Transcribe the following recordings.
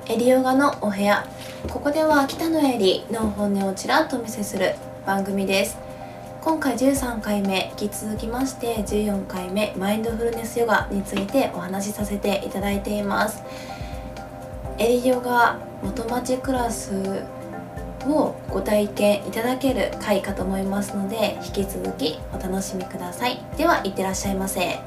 エリヨガのお部屋。ここでは北野エリの本音をちらっとお見せする番組です。今回13回目、引き続きまして14回目マインドフルネスヨガについてお話しさせていただいています。エリヨガ元町クラスをご体験いただける回かと思いますので、引き続きお楽しみください。では、いってらっしゃいませ。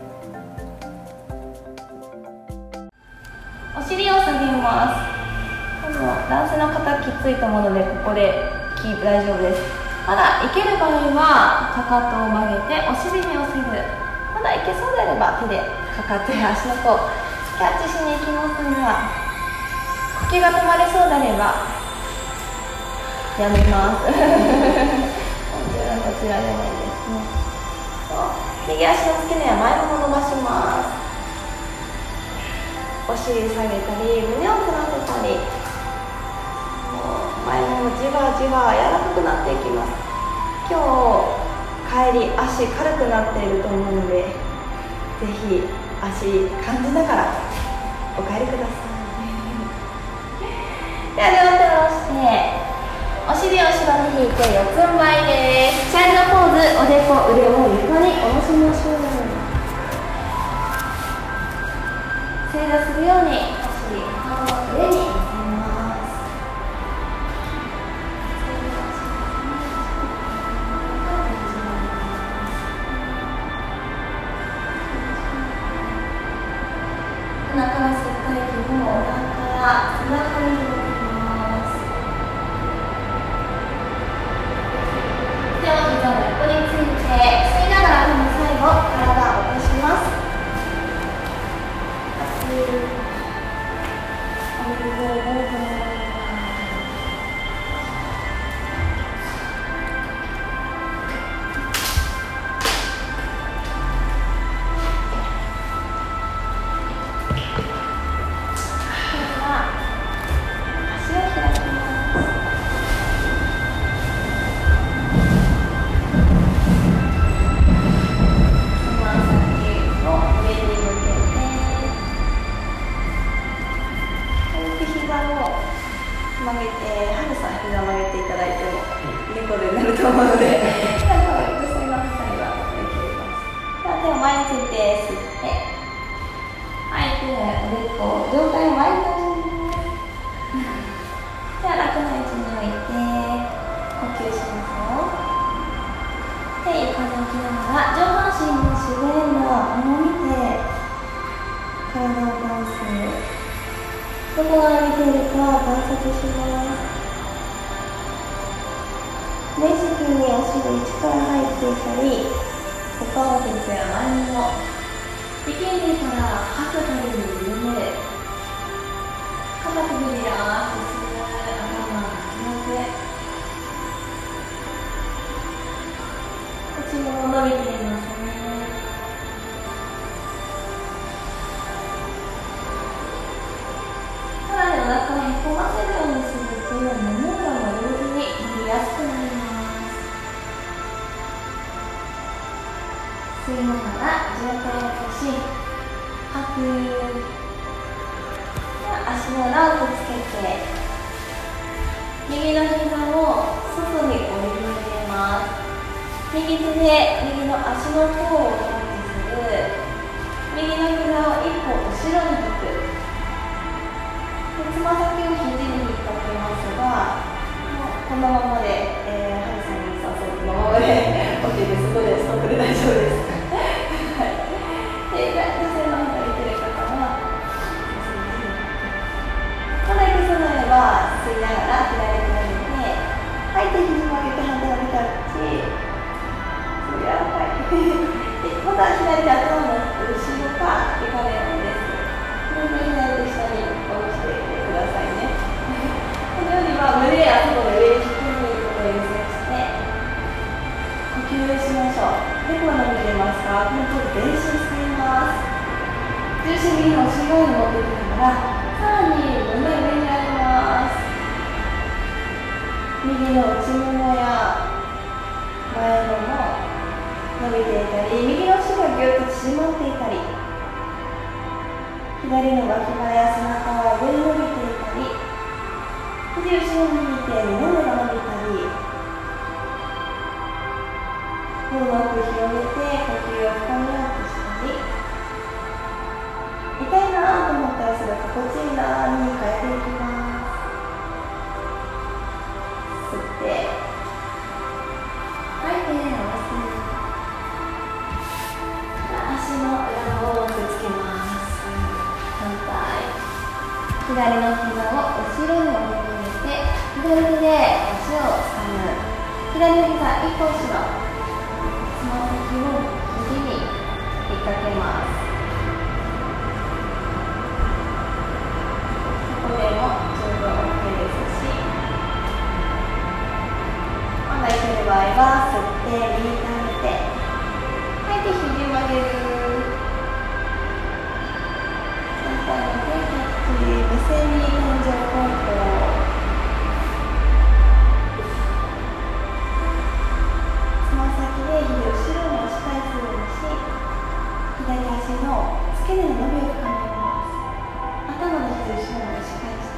お尻を下げます。男性の方きついと思うので、ここでキープ大丈夫です。まだいける場合はかかとを曲げてお尻に寄せる。まだいけそうであれば手でかかとや足の甲をキャッチしに行きますが、呼吸が止まりそうであればやめますこちらでもいいですね。右足の付け根は前もも伸ばします。お尻下げたり、胸を反らせたり、前ももじわじわ柔らかくなっていきます。今日帰り足軽くなっていると思うので、ぜひ足感じながらお帰りくださいでは両手を下ろして、お尻を後ろに引いて四つん這いです。チャイルドポーズ、おでこ、腕を床に下ろしましょう。正座するようにお尻を上に乗せます。鼻から吸った息もお腹、背中に広げます。手を膝の横について吸いながら、最後体を起こします。曲げて、ハルさん膝曲げていただいても猫でなると思うので女性の方にはできます。では手を前について吸って、吐いておでこ、上体を前に出しますでは楽な位置に置いて呼吸しますよ。手床に置きながら上半身の自然なものを見て体を倒す。どこが見ているか観察します。無意識に足が内から入っていたり、股関節や前もも、力んでから吐くたびに緩める。肩首リラックス、頭が引き上げ、口も伸びていますね。お腹をへこませるようにすると、もも裏も同時に伸びやすくなります。吸いながら上体を起こし、吐く。足の裏をくっつけて、右の膝を外に折り曲げます。右手で右の足の甲をキャッチする。右の膝を一歩後ろに引く。つま先を肘に引っ掛けますが、このままで、ハルさんに誘うこのままで OK です。そこでストップで大丈夫ですはい、で女性の方にいてる方はまだいけそうならば吸いながら左手を上げて、吐いて肘曲げて反対のタッチ、柔らかいでまた左手頭の後ろか床でもいいです。左手下に下ろしてくださいねこのように胸や外の上に引きにいくことを優先して呼吸しましょう。猫は伸びてますか？このポーズ全身使います。重心右のお尻側に持っていきながら、さらに胸上に上げます。右の内ももや前もも伸びていたり、右の足がぎゅっと縮まっていたり、左の脇腹や背中は上に伸びていたり、 左の膝を後ろに折り曲げて、左手で足を掴む。左の膝一歩後ろ。つま先を肘に引っ掛けます。これも十分 OK ですし、まだいける場合は吸って右手上げて、吐いて肘を曲げる。反対の手キャッチ、目線に天井方向。つま先で肘を後ろに押し返すようにし、左足の付け根の伸びを深めます。頭の肘を後ろに押し返して、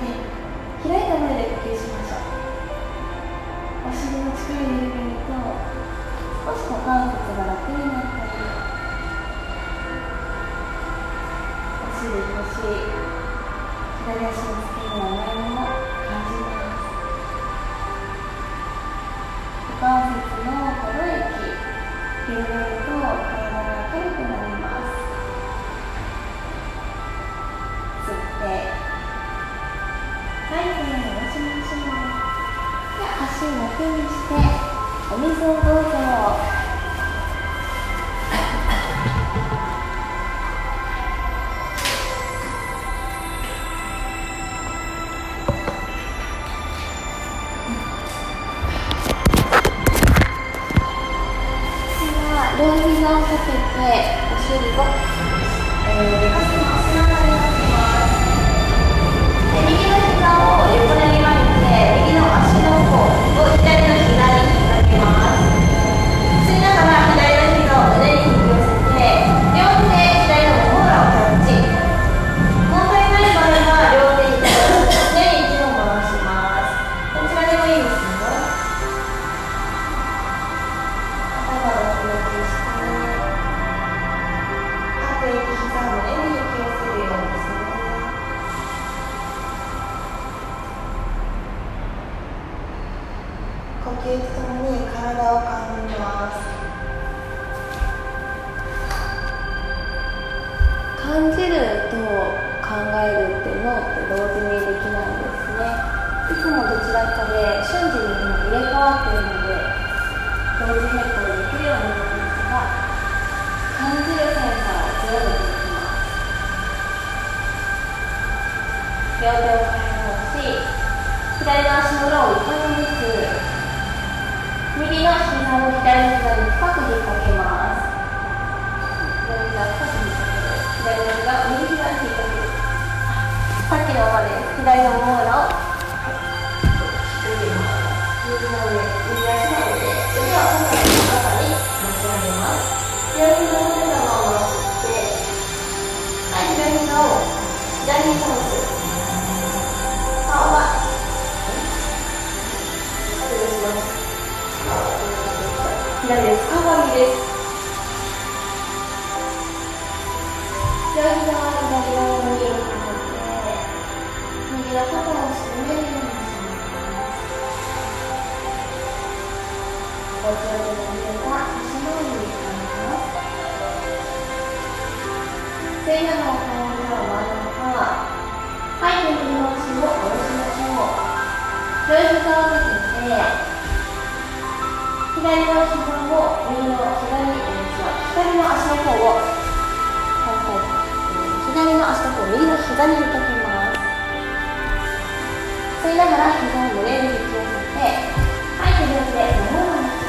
開いた胸で呼吸しましょう。お尻の力を緩めると、少し股関節が楽になったり、お尻、腰、左足の付け根の甘いものを感じます。股関節の可動域、緩めると体が軽くなります。吸って、吐いて下ろしましょう。で、足を楽にして、お水をどうぞ。両膝を立てて、お尻を、寝かせます。背中で立てます。で、右の膝を横に曲げて、右の足の甲を左の膝に引っ掛けます。吸いながら左の膝を胸に引き寄せて、両手で左のもも裏をキャッチ。問題ない場合は両手に胸に一度回します。どちらでもいいですよ。頭の気持ちして、吐く息、膝を胸に引き寄せるようにですね。呼吸とともに体を感じます。感じると考えるっていうのって同時にできないんですね。いつもどちらかで瞬時に入れ替わっているので、同時並行できるようになるんですが、感じるセンサーを強めていきます。両手を解放し、左の足の裏を床に打つ。右の膝を左の膝に深く引っ掛けます。左膝を深く引っ掛ける。左の膝を右膝に引っ掛ける。さっきのままです。左のもも裏を右の上、右足の上で、腕を今度は肩に持ち上げます。左膝の手玉を回して、はい、左膝を左に倒す。顔は失礼します。左です。鏡です。左膝は左側の右をかけて、右の肩を締めるようにします。こちらでの腕が足の上に感じます。背中の顔では真ん中。吐いて右の足を下ろしましょう。両膝を立てて、左の膝を右の膝に左の足の方を左の足の方を右の膝に引っ掛けます。吸いながら膝を胸に引き寄せて、吐いて両手でももを持ちます。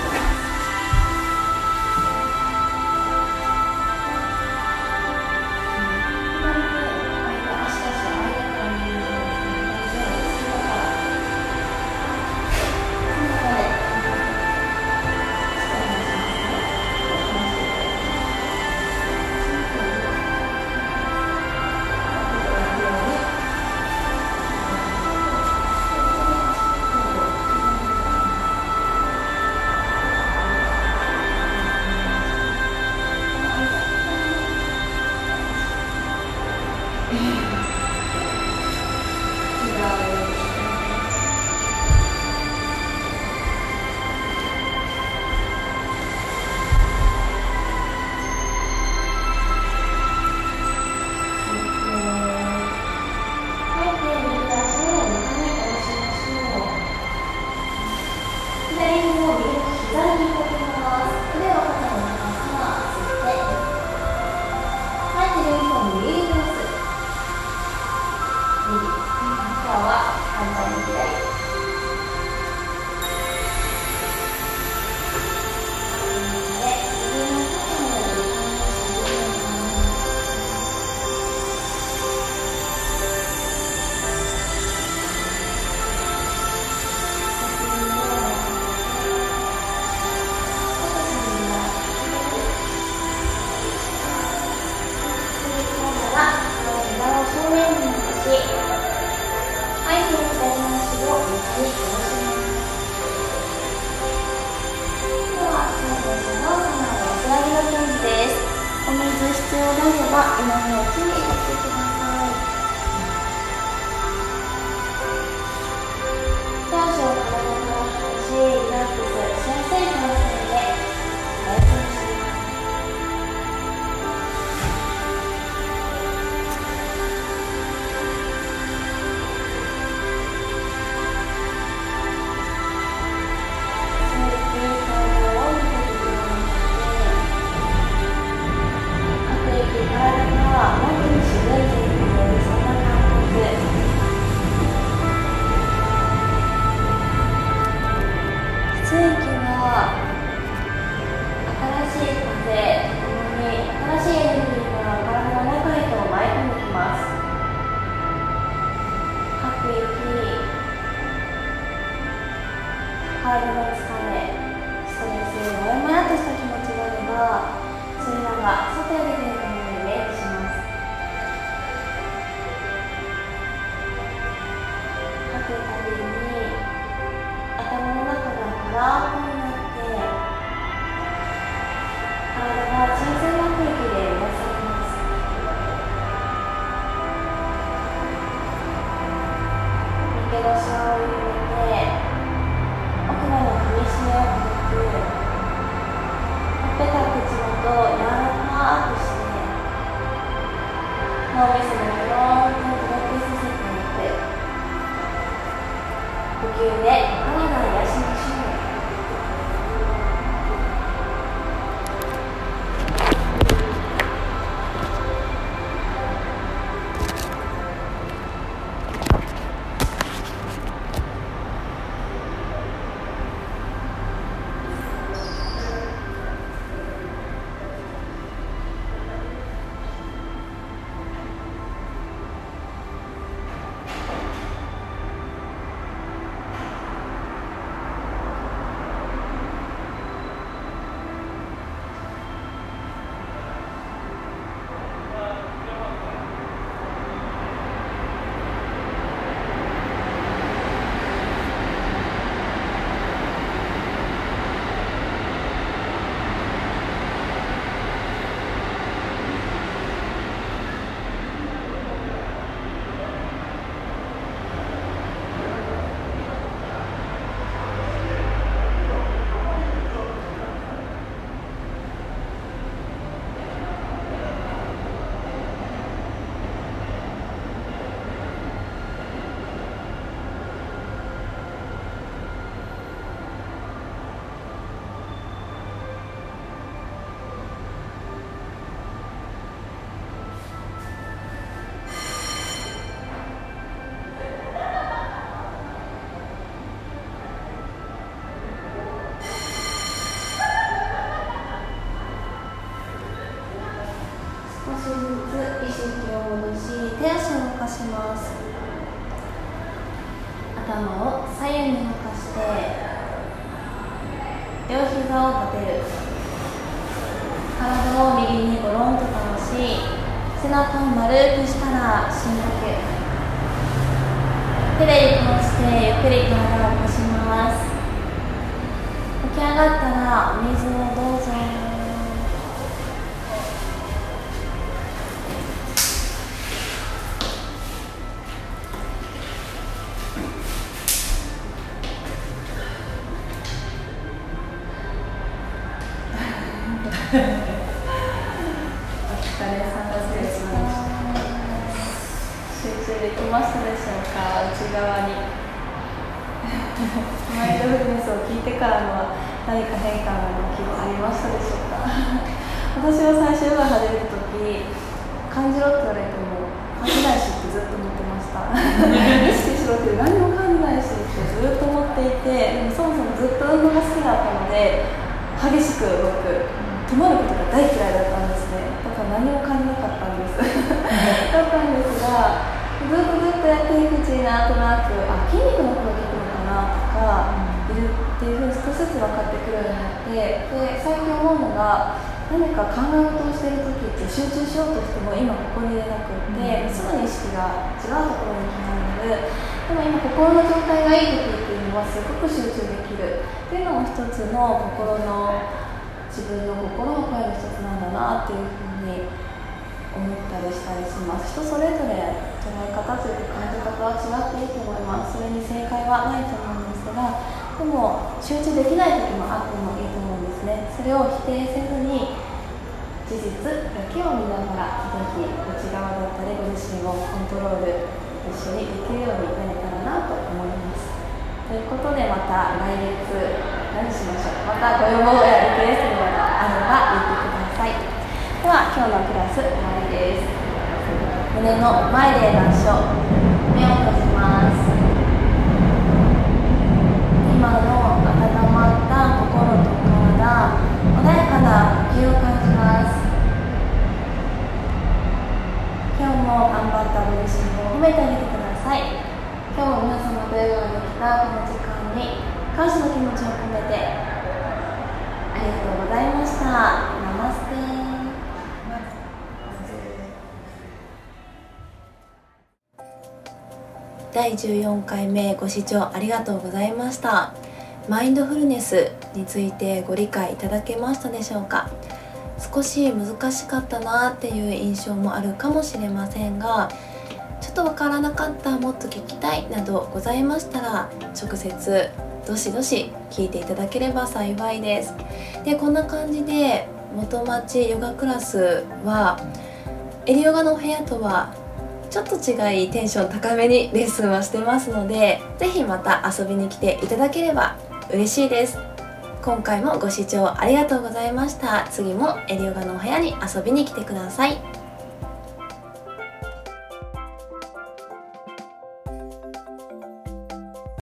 ってって何も感じないしってずっと思っていて、でもそもそもずっと運動が好きだったので激しく動く、止まることが大嫌いだったんですね。だから何も感じなかったんですだったんですが、ずっとやっていくうちになんとなく筋肉のことが効くのかなとか、いるっていうふうに少しずつ分かってくるようになって、で最近思うのが、何か考え事をしている時って集中しようとしても今ここにいれなくって、すぐに意識が違うところに行きなる。でも今心の状態がいい時っていうのはすごく集中できるっていうのも一つの自分の心の声の一つなんだなっていうふうに思ったりしたりします。人それぞれ捉え方というか感じ方は違っていいと思います。それに正解はないと思うんですが、でも集中できない時もあってもいいと思うんですね。それを否定せずに事実だけを見ながら、ぜひ内側だったりご自身をコントロール一緒にできるようになれたらなと思います。ということで、また来月何しましょう。またご要望やリクエストがあれば言ってください。では今日のクラス終わりです。胸の前で合掌、目を閉じます。今の温まった心と体、穏やかな呼吸を感じます。今日も頑張ったご自身を褒めてあげてください。今日も皆様と笑顔ができたこの時間に感謝の気持ちを込めてありがとうございました。ナマステ。第14回目ご視聴ありがとうございました。マインドフルネスについてご理解いただけましたでしょうか。少し難しかったなっていう印象もあるかもしれませんが、ちょっとわからなかった、もっと聞きたいなどございましたら直接どしどし聞いていただければ幸いです。で、こんな感じで元町ヨガクラスはエリヨガの部屋とはちょっと違いテンション高めにレッスンはしてますので、ぜひまた遊びに来ていただければ嬉しいです。今回もご視聴ありがとうございました。次もエリヨガのお部屋に遊びに来てください。